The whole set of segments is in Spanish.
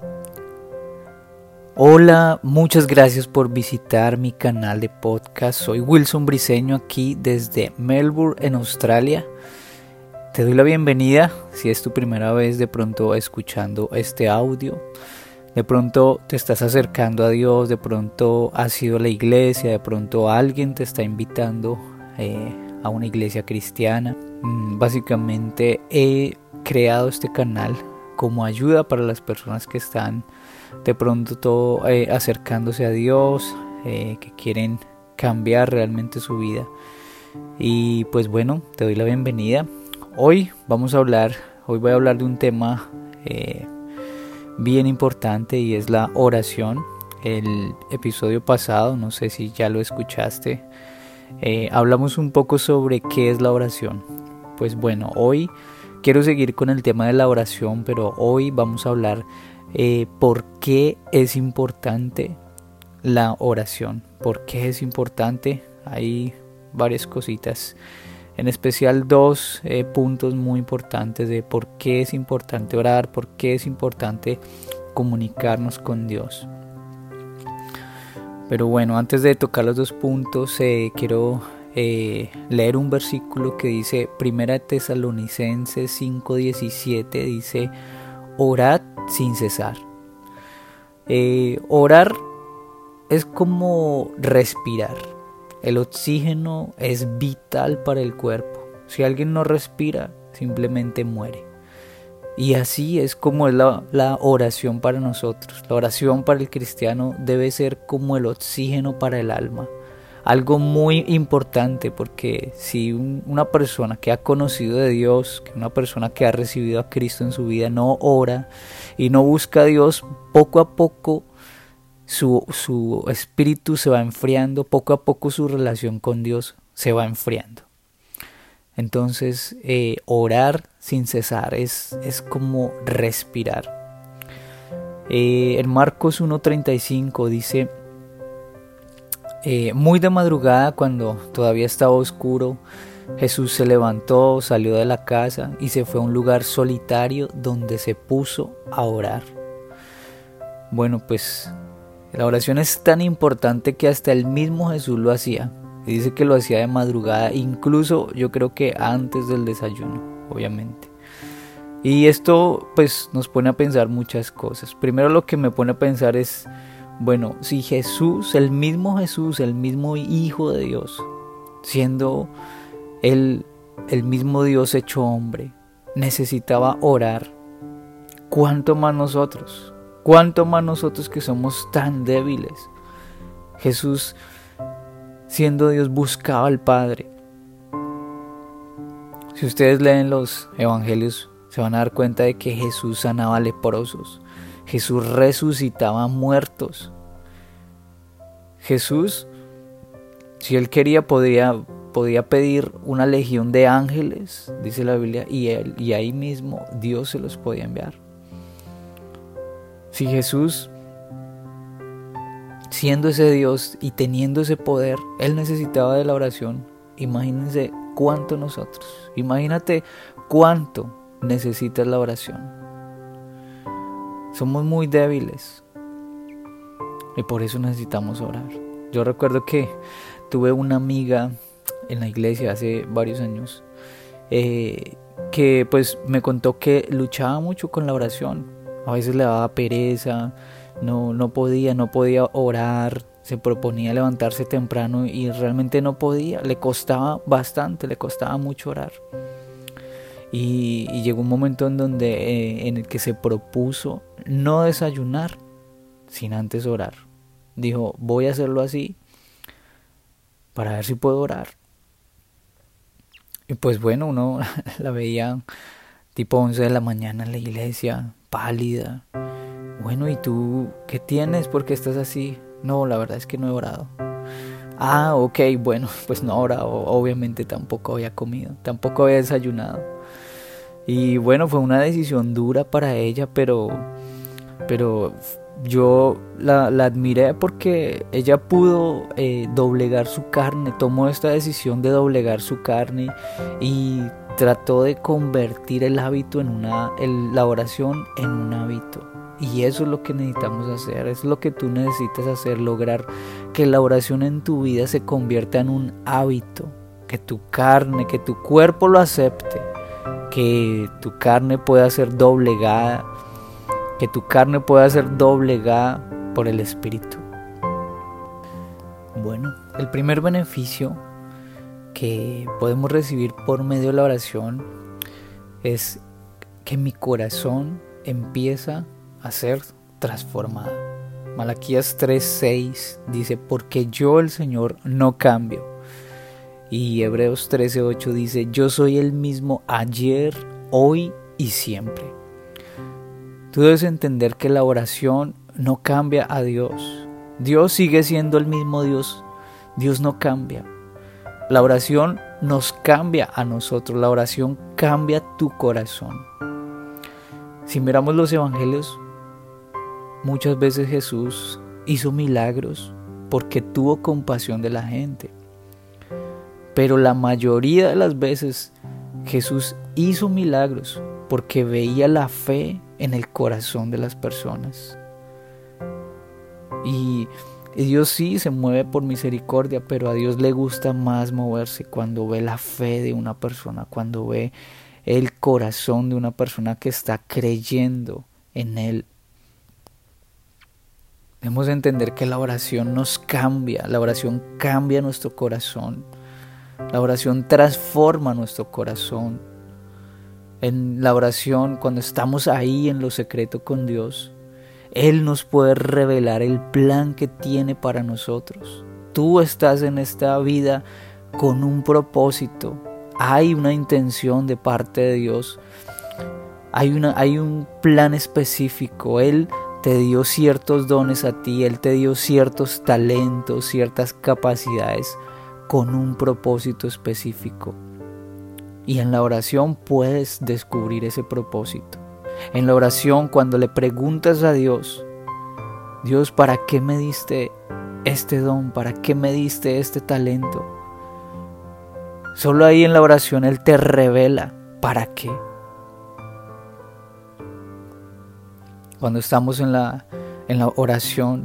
Hola, muchas gracias por visitar mi canal de podcast. Soy Wilson Briceño aquí desde Melbourne, en Australia. Te doy la bienvenida si es tu primera vez de pronto escuchando este audio. De pronto te estás acercando a Dios, de pronto has ido a la iglesia, de pronto alguien te está invitando a una iglesia cristiana. Básicamente he creado este canal como ayuda para las personas que están de pronto acercándose a Dios, que quieren cambiar realmente su vida. Y pues bueno, te doy la bienvenida. Hoy voy a hablar de un tema bien importante, y es la oración. El episodio pasado, no sé si ya lo escuchaste, hablamos un poco sobre qué es la oración. Pues bueno, hoy quiero seguir con el tema de la oración, pero hoy vamos a hablar por qué es importante la oración. ¿Por qué es importante? Hay varias cositas, en especial dos puntos muy importantes de por qué es importante orar, por qué es importante comunicarnos con Dios. Pero bueno, antes de tocar los dos puntos, quiero leer un versículo que dice 1 Tesalonicenses 5:17, dice: orad sin cesar. Orar es como respirar. El oxígeno es vital para el cuerpo. Si alguien no respira, simplemente muere. Y así es como es la oración para nosotros. La oración para el cristiano debe ser como el oxígeno para el alma. Algo muy importante, porque si una persona que ha conocido de Dios, que una persona que ha recibido a Cristo en su vida no ora y no busca a Dios, poco a poco su espíritu se va enfriando, poco a poco su relación con Dios se va enfriando. Entonces orar sin cesar es como respirar. En Marcos 1:35 dice: muy de madrugada, cuando todavía estaba oscuro, Jesús se levantó, salió de la casa y se fue a un lugar solitario donde se puso a orar. Bueno, pues la oración es tan importante que hasta el mismo Jesús lo hacía. Y dice que lo hacía de madrugada, incluso yo creo que antes del desayuno, obviamente. Y esto pues nos pone a pensar muchas cosas. Primero, lo que me pone a pensar es: bueno, si Jesús, el mismo Hijo de Dios, siendo el mismo Dios hecho hombre, necesitaba orar, ¿cuánto más nosotros? ¿Cuánto más nosotros que somos tan débiles? Jesús, siendo Dios, buscaba al Padre. Si ustedes leen los evangelios, se van a dar cuenta de que Jesús sanaba leprosos. Jesús resucitaba muertos. Jesús, si él quería, podía pedir una legión de ángeles, dice la Biblia, y ahí mismo Dios se los podía enviar. Si Jesús, siendo ese Dios y teniendo ese poder, él necesitaba de la oración, imagínense cuánto nosotros. Imagínate cuánto necesitas la oración. Somos muy débiles y por eso necesitamos orar. Yo recuerdo que tuve una amiga en la iglesia hace varios años que pues me contó que luchaba mucho con la oración. A veces le daba pereza, no podía orar, se proponía levantarse temprano y realmente no podía, le costaba bastante, le costaba mucho orar. Y llegó un momento en el que se propuso no desayunar sin antes orar. Dijo: voy a hacerlo así para ver si puedo orar. Y pues bueno, uno la veía tipo 11 de la mañana en la iglesia, pálida. Bueno, ¿y tú qué tienes? ¿Por qué estás así? No, la verdad es que no he orado. Ah, ok, bueno, pues no he orado. Obviamente tampoco había comido, tampoco había desayunado. Y bueno, fue una decisión dura para ella, pero yo la admiré porque ella pudo doblegar su carne, tomó esta decisión de doblegar su carne y trató de convertir el hábito la oración en un hábito. Y eso es lo que necesitamos hacer, es lo que tú necesitas hacer, lograr que la oración en tu vida se convierta en un hábito, que tu carne, que tu cuerpo lo acepte, que tu carne pueda ser doblegada, por el Espíritu. Bueno, el primer beneficio que podemos recibir por medio de la oración es que mi corazón empieza a ser transformado. Malaquías 3:6 dice: porque yo, el Señor, no cambio. Y Hebreos 13:8 dice: yo soy el mismo ayer, hoy y siempre. Tú debes entender que la oración no cambia a Dios. Dios sigue siendo el mismo Dios. Dios no cambia. La oración nos cambia a nosotros. La oración cambia tu corazón. Si miramos los evangelios, muchas veces Jesús hizo milagros porque tuvo compasión de la gente. Pero la mayoría de las veces Jesús hizo milagros porque veía la fe en el corazón de las personas. Y Dios sí se mueve por misericordia, pero a Dios le gusta más moverse cuando ve la fe de una persona, cuando ve el corazón de una persona que está creyendo en Él. Debemos entender que la oración nos cambia, la oración cambia nuestro corazón, la oración transforma nuestro corazón. En la oración, cuando estamos ahí en lo secreto con Dios, Él nos puede revelar el plan que tiene para nosotros. Tú estás en esta vida con un propósito. Hay una intención de parte de Dios. Hay un plan específico. Él te dio ciertos dones a ti. Él te dio ciertos talentos, ciertas capacidades con un propósito específico. Y en la oración puedes descubrir ese propósito. En la oración, cuando le preguntas a Dios: Dios, ¿para qué me diste este don? ¿Para qué me diste este talento? Solo ahí en la oración Él te revela para qué. Cuando estamos en la oración,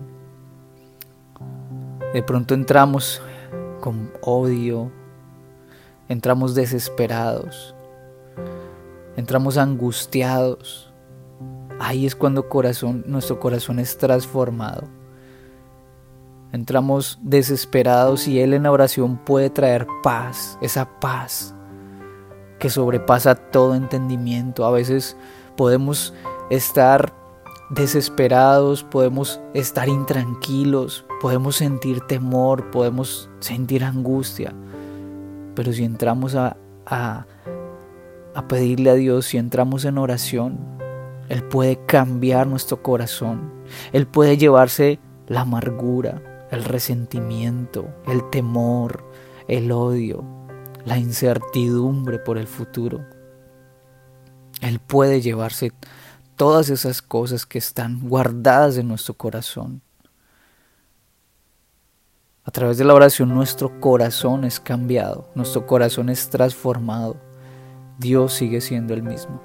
de pronto entramos con odio, entramos desesperados, entramos angustiados. Ahí es cuando nuestro corazón es transformado. Entramos desesperados y Él en la oración puede traer paz, esa paz que sobrepasa todo entendimiento. A veces podemos estar desesperados, podemos estar intranquilos, podemos sentir temor, podemos sentir angustia. Pero si entramos a pedirle a Dios, si entramos en oración, Él puede cambiar nuestro corazón. Él puede llevarse la amargura, el resentimiento, el temor, el odio, la incertidumbre por el futuro. Él puede llevarse todas esas cosas que están guardadas en nuestro corazón. A través de la oración nuestro corazón es cambiado, nuestro corazón es transformado. Dios sigue siendo el mismo.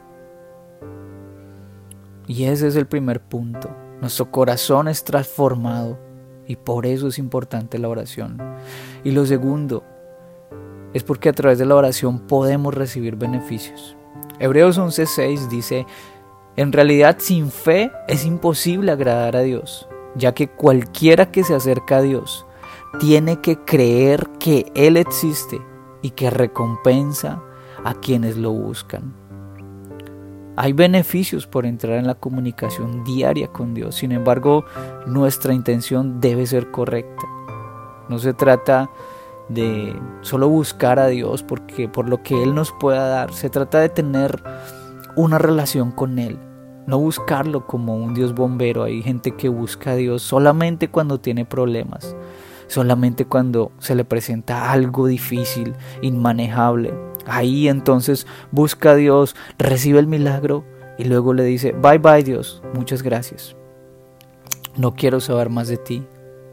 Y ese es el primer punto. Nuestro corazón es transformado y por eso es importante la oración. Y lo segundo es porque a través de la oración podemos recibir beneficios. Hebreos 11:6 dice: en realidad sin fe es imposible agradar a Dios, ya que cualquiera que se acerca a Dios tiene que creer que Él existe y que recompensa a quienes lo buscan. Hay beneficios por entrar en la comunicación diaria con Dios. Sin embargo, nuestra intención debe ser correcta. No se trata de solo buscar a Dios por lo que Él nos pueda dar. Se trata de tener una relación con Él. No buscarlo como un Dios bombero. Hay gente que busca a Dios solamente cuando tiene problemas. Solamente cuando se le presenta algo difícil, inmanejable. Ahí entonces busca a Dios, recibe el milagro y luego le dice: bye bye Dios, muchas gracias. No quiero saber más de ti.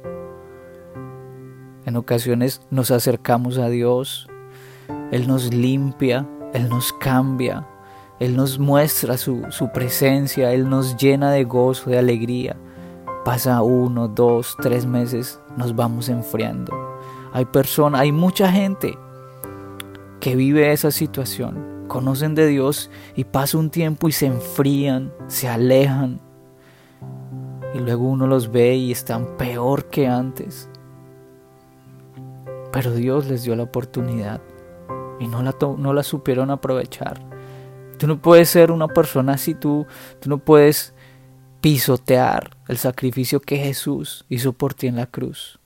En ocasiones nos acercamos a Dios, Él nos limpia, Él nos cambia, Él nos muestra su presencia, Él nos llena de gozo, de alegría. Pasa 1, 2, 3 meses, nos vamos enfriando. Hay mucha gente que vive esa situación, conocen de Dios y pasa un tiempo y se enfrían, se alejan. Y luego uno los ve y están peor que antes. Pero Dios les dio la oportunidad y no la supieron aprovechar. Tú no puedes ser una persona así, tú no puedes pisotear el sacrificio que Jesús hizo por ti en la cruz.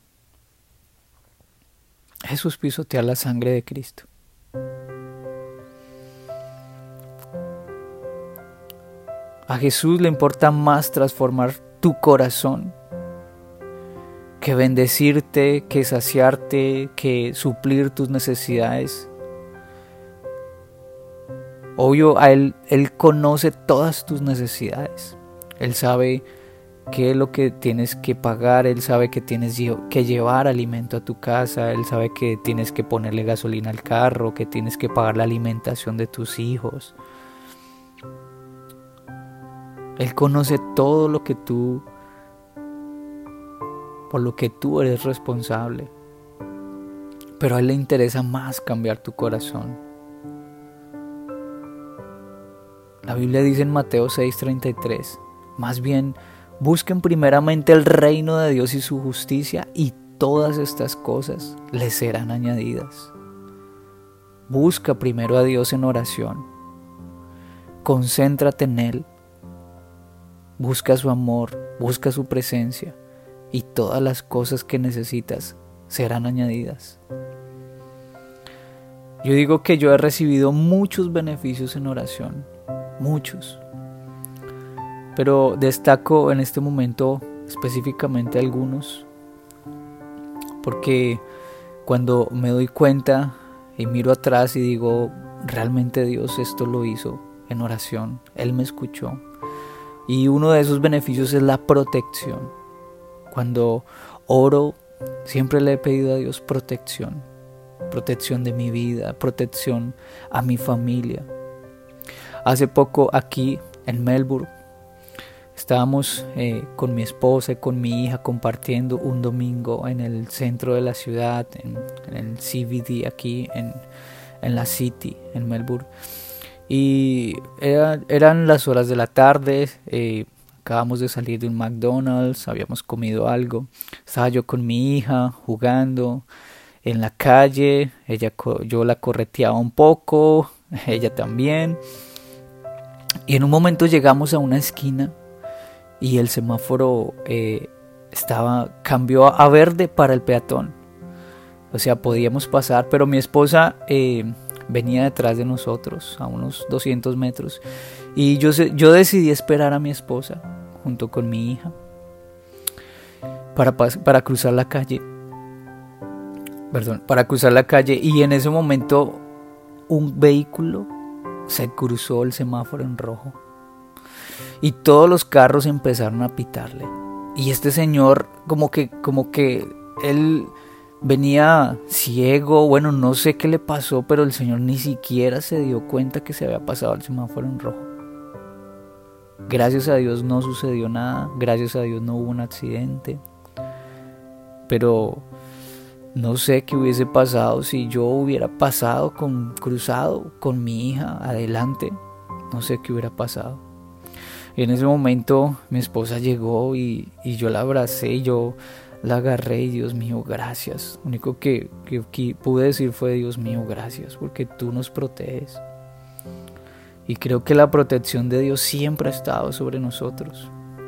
Jesús pisotea la sangre de Cristo. A Jesús le importa más transformar tu corazón que bendecirte, que saciarte, que suplir tus necesidades. Obvio, Él conoce todas tus necesidades. Él sabe qué es lo que tienes que pagar. Él sabe que tienes que llevar alimento a tu casa. Él sabe que tienes que ponerle gasolina al carro, que tienes que pagar la alimentación de tus hijos. Él conoce todo lo que por lo que tú eres responsable. Pero a Él le interesa más cambiar tu corazón. La Biblia dice en Mateo 6:33, más bien busquen primeramente el reino de Dios y su justicia, y todas estas cosas les serán añadidas. Busca primero a Dios en oración. Concéntrate en Él. Busca su amor, busca su presencia, y todas las cosas que necesitas serán añadidas. Yo digo que yo he recibido muchos beneficios en oración. Muchos, pero destaco en este momento específicamente algunos, porque cuando me doy cuenta y miro atrás y digo, realmente Dios esto lo hizo en oración, Él me escuchó. Y uno de esos beneficios es la protección. Cuando oro, siempre le he pedido a Dios protección de mi vida, protección a mi familia. Hace poco aquí en Melbourne estábamos con mi esposa y con mi hija compartiendo un domingo en el centro de la ciudad, en el CBD aquí en la City, en Melbourne. Y eran las horas de la tarde, acabamos de salir de un McDonald's, habíamos comido algo. Estaba yo con mi hija jugando en la calle, yo la correteaba un poco, ella también. Y en un momento llegamos a una esquina y el semáforo cambió a verde para el peatón. O sea, podíamos pasar, pero mi esposa venía detrás de nosotros a unos 200 metros. Y yo decidí esperar a mi esposa junto con mi hija para cruzar la calle. Para cruzar la calle, y en ese momento un vehículo se cruzó el semáforo en rojo y todos los carros empezaron a pitarle, y este señor como que él venía ciego, bueno, no sé qué le pasó, pero el señor ni siquiera se dio cuenta que se había pasado el semáforo en rojo. Gracias a Dios no sucedió nada, gracias a Dios no hubo un accidente, pero no sé qué hubiese pasado si yo hubiera cruzado con mi hija adelante. No sé qué hubiera pasado. Y en ese momento mi esposa llegó y yo la abracé, yo la agarré y Dios mío, gracias. Lo único que pude decir fue, Dios mío, gracias, porque tú nos proteges. Y creo que la protección de Dios siempre ha estado sobre nosotros.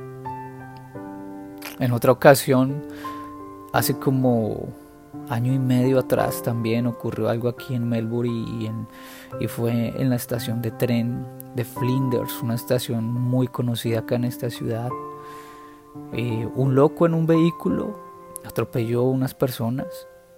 En otra ocasión, hace como año y medio atrás, también ocurrió algo aquí en Melbourne y fue en la estación de tren de Flinders, una estación muy conocida acá en esta ciudad. Un loco en un vehículo atropelló a unas personas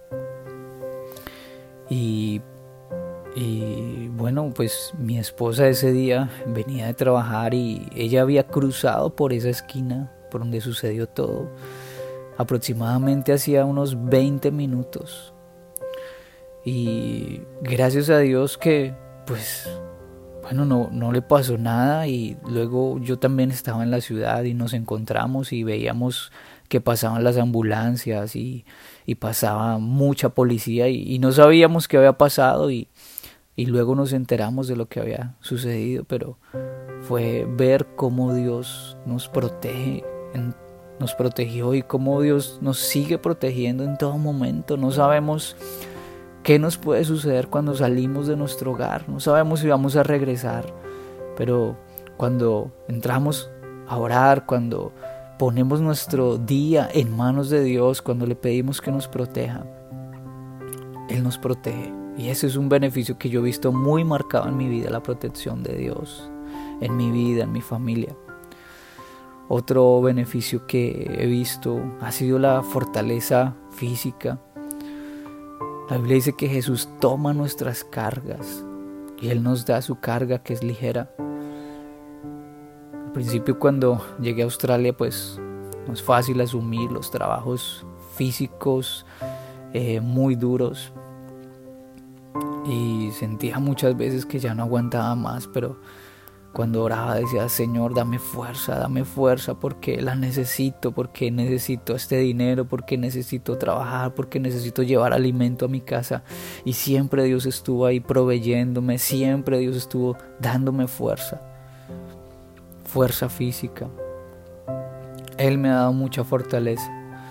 y bueno, pues mi esposa ese día venía de trabajar y ella había cruzado por esa esquina por donde sucedió todo aproximadamente hacía unos 20 minutos, y gracias a Dios que pues bueno, no le pasó nada, y luego yo también estaba en la ciudad y nos encontramos y veíamos que pasaban las ambulancias y pasaba mucha policía y no sabíamos qué había pasado y luego nos enteramos de lo que había sucedido, pero fue ver cómo Dios nos protege, nos protegió y cómo Dios nos sigue protegiendo en todo momento. No sabemos qué nos puede suceder cuando salimos de nuestro hogar, no sabemos si vamos a regresar, pero cuando entramos a orar, cuando ponemos nuestro día en manos de Dios, cuando le pedimos que nos proteja, Él nos protege. Y ese es un beneficio que yo he visto muy marcado en mi vida, la protección de Dios, en mi vida, en mi familia. Otro beneficio que he visto ha sido la fortaleza física. La Biblia dice que Jesús toma nuestras cargas y Él nos da su carga, que es ligera. Al principio, cuando llegué a Australia, pues no es fácil asumir los trabajos físicos muy duros, y sentía muchas veces que ya no aguantaba más, pero cuando oraba decía: Señor, dame fuerza, porque la necesito, porque necesito este dinero, porque necesito trabajar, porque necesito llevar alimento a mi casa. Y siempre Dios estuvo ahí proveyéndome, siempre Dios estuvo dándome fuerza física. Él me ha dado mucha fortaleza.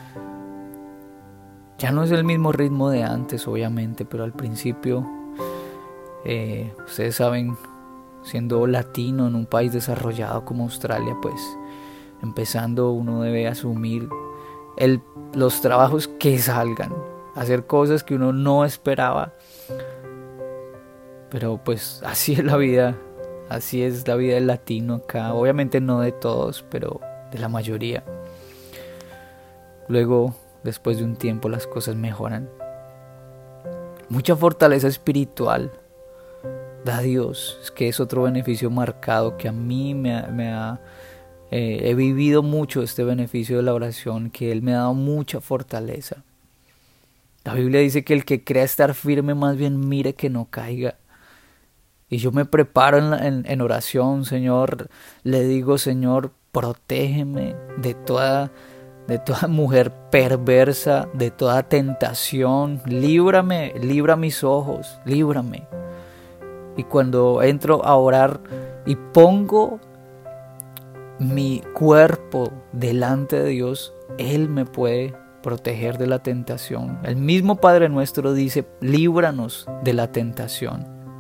Ya no es el mismo ritmo de antes, obviamente, pero al principio, ustedes saben, siendo latino en un país desarrollado como Australia, pues empezando uno debe asumir los trabajos que salgan, hacer cosas que uno no esperaba. Pero pues así es la vida del latino acá, obviamente no de todos, pero de la mayoría. Luego, después de un tiempo, las cosas mejoran. Mucha fortaleza espiritual da Dios, es que es otro beneficio marcado que a mí he vivido mucho este beneficio de la oración, que Él me ha dado mucha fortaleza. La Biblia dice que el que crea estar firme, más bien mire que no caiga. Y yo me preparo en oración, Señor, le digo: Señor, protégeme de toda mujer perversa, de toda tentación, líbrame, libra mis ojos, líbrame. Y cuando entro a orar y pongo mi cuerpo delante de Dios, Él me puede proteger de la tentación. El mismo Padre Nuestro dice: líbranos de la tentación.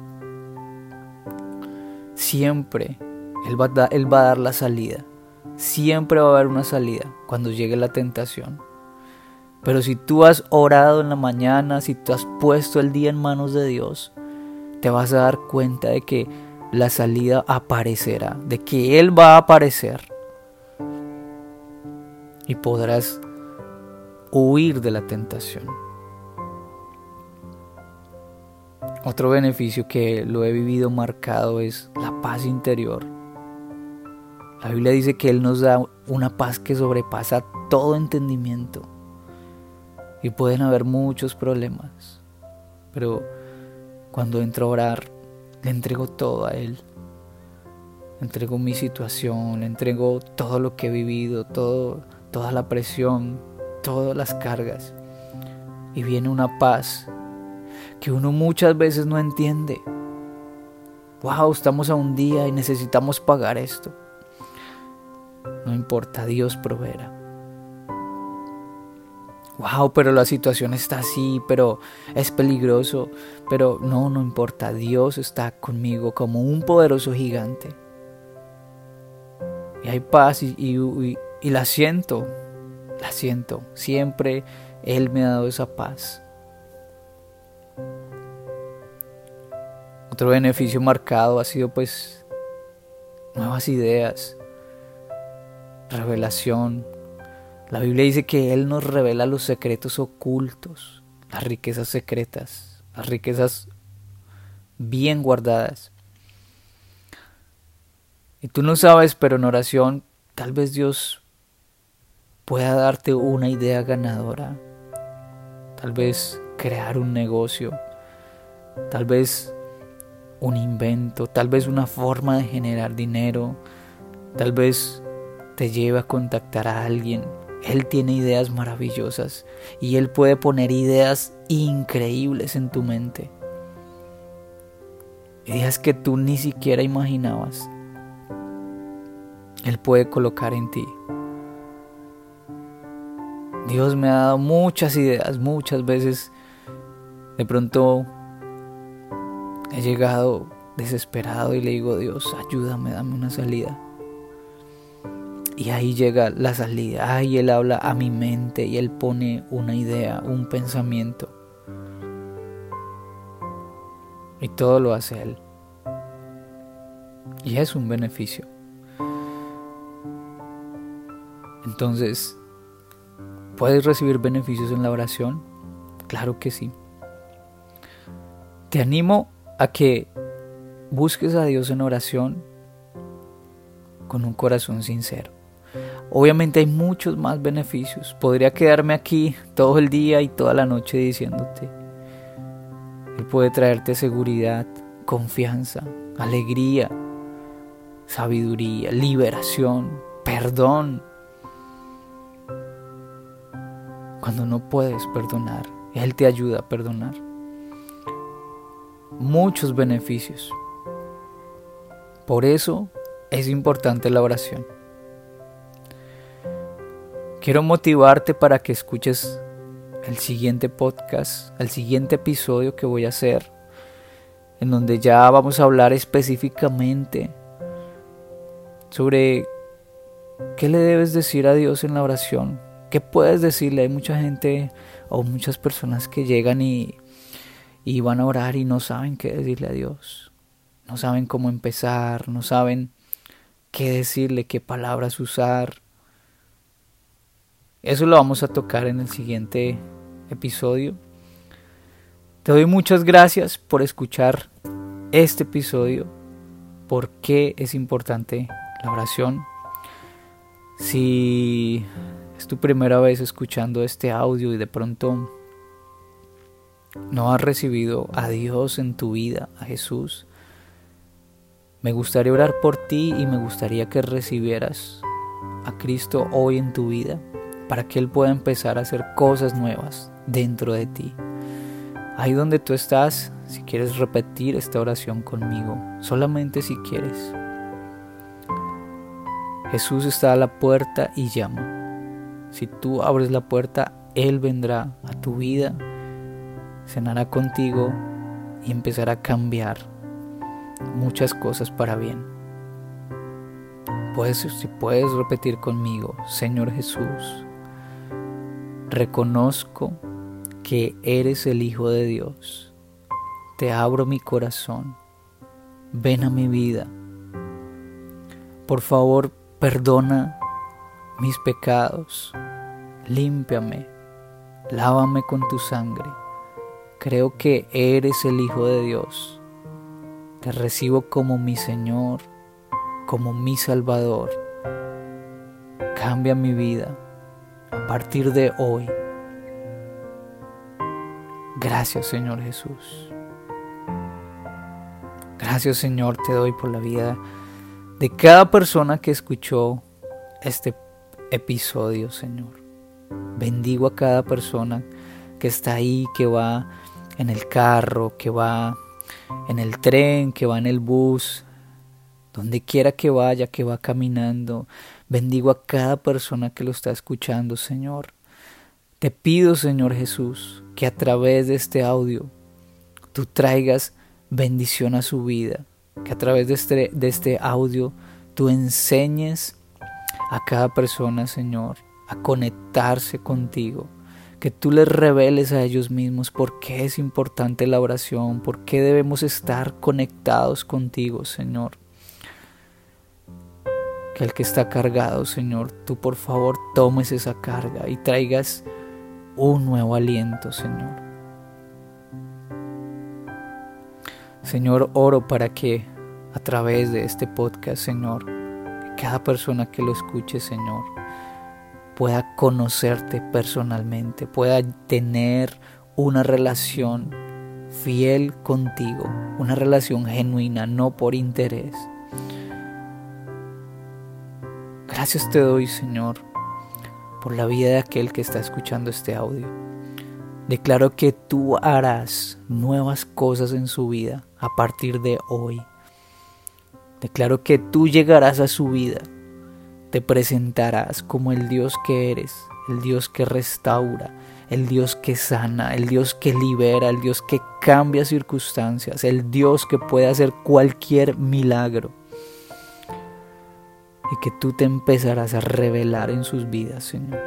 Siempre Él va a dar la salida. Siempre va a haber una salida cuando llegue la tentación. Pero si tú has orado en la mañana, si tú has puesto el día en manos de Dios, te vas a dar cuenta de que la salida aparecerá, de que Él va a aparecer y podrás huir de la tentación. Otro beneficio que lo he vivido marcado es la paz interior. La Biblia dice que Él nos da una paz que sobrepasa todo entendimiento. Y pueden haber muchos problemas, pero cuando entro a orar, le entrego todo a Él. Le entrego mi situación, le entrego todo lo que he vivido, toda la presión, todas las cargas. Y viene una paz que uno muchas veces no entiende. Wow, estamos a un día y necesitamos pagar esto. No importa, Dios proveerá. Wow, pero la situación está así, pero es peligroso. Pero no importa, Dios está conmigo como un poderoso gigante. Y hay paz y la siento. Siempre Él me ha dado esa paz. Otro beneficio marcado ha sido pues nuevas ideas, revelación. La Biblia dice que Él nos revela los secretos ocultos, las riquezas secretas, las riquezas bien guardadas. Y tú no sabes, pero en oración tal vez Dios pueda darte una idea ganadora. Tal vez crear un negocio. Tal vez un invento, tal vez una forma de generar dinero, tal vez te lleve a contactar a alguien. Él tiene ideas maravillosas y Él puede poner ideas increíbles en tu mente. Ideas que tú ni siquiera imaginabas. Él puede colocar en ti. Dios me ha dado muchas ideas, muchas veces de pronto he llegado desesperado y le digo: Dios, ayúdame, dame una salida. Y ahí llega la salida, ahí Él habla a mi mente y Él pone una idea, un pensamiento. Y todo lo hace Él. Y es un beneficio. Entonces, ¿puedes recibir beneficios en la oración? Claro que sí. Te animo a que busques a Dios en oración con un corazón sincero. Obviamente hay muchos más beneficios. Podría quedarme aquí todo el día y toda la noche diciéndote. Él puede traerte seguridad, confianza, alegría, sabiduría, liberación, perdón. Cuando no puedes perdonar, Él te ayuda a perdonar. Muchos beneficios. Por eso es importante la oración. Quiero motivarte para que escuches el siguiente podcast, el siguiente episodio que voy a hacer, en donde ya vamos a hablar específicamente sobre qué le debes decir a Dios en la oración. ¿Qué puedes decirle? Hay mucha gente o muchas personas que llegan y van a orar y no saben qué decirle a Dios. No saben cómo empezar, no saben qué decirle, qué palabras usar. Eso lo vamos a tocar en el siguiente episodio. Te doy muchas gracias por escuchar este episodio. ¿Por qué es importante la oración? Si es tu primera vez escuchando este audio y de pronto no has recibido a Dios en tu vida, a Jesús, me gustaría orar por ti y me gustaría que recibieras a Cristo hoy en tu vida, para que Él pueda empezar a hacer cosas nuevas dentro de ti. Ahí donde tú estás, si quieres repetir esta oración conmigo, solamente si quieres. Jesús está a la puerta y llama. Si tú abres la puerta, Él vendrá a tu vida, cenará contigo y empezará a cambiar muchas cosas para bien. Si puedes repetir conmigo: Señor Jesús, reconozco que eres el Hijo de Dios. Te abro mi corazón. Ven a mi vida. Por favor, perdona mis pecados. Límpiame. Lávame con tu sangre. Creo que eres el Hijo de Dios. Te recibo como mi Señor, como mi Salvador. Cambia mi vida a partir de hoy. Gracias, Señor Jesús. Gracias, Señor, te doy por la vida de cada persona que escuchó este episodio, Señor. Bendigo a cada persona que está ahí, que va en el carro, que va en el tren, que va en el bus, donde quiera que vaya, que va caminando. Bendigo a cada persona que lo está escuchando, Señor. Te pido, Señor Jesús, que a través de este audio tú traigas bendición a su vida, que a través de este audio tú enseñes a cada persona, Señor, a conectarse contigo, que tú les reveles a ellos mismos por qué es importante la oración, por qué debemos estar conectados contigo, Señor. Que el que está cargado, Señor, tú por favor tomes esa carga y traigas un nuevo aliento, Señor. Señor, oro para que a través de este podcast, Señor, que cada persona que lo escuche, Señor, pueda conocerte personalmente, pueda tener una relación fiel contigo, una relación genuina, no por interés. Gracias te doy, Señor, por la vida de aquel que está escuchando este audio. Declaro que tú harás nuevas cosas en su vida a partir de hoy. Declaro que tú llegarás a su vida, te presentarás como el Dios que eres, el Dios que restaura, el Dios que sana, el Dios que libera, el Dios que cambia circunstancias, el Dios que puede hacer cualquier milagro. Y que tú te empezarás a revelar en sus vidas, Señor.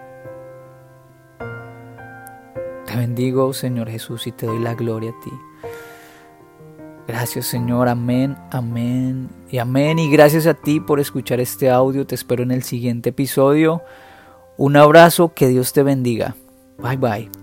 Te bendigo, Señor Jesús, y te doy la gloria a ti. Gracias, Señor, amén, amén y amén. Y gracias a ti por escuchar este audio. Te espero en el siguiente episodio. Un abrazo, que Dios te bendiga. Bye, bye.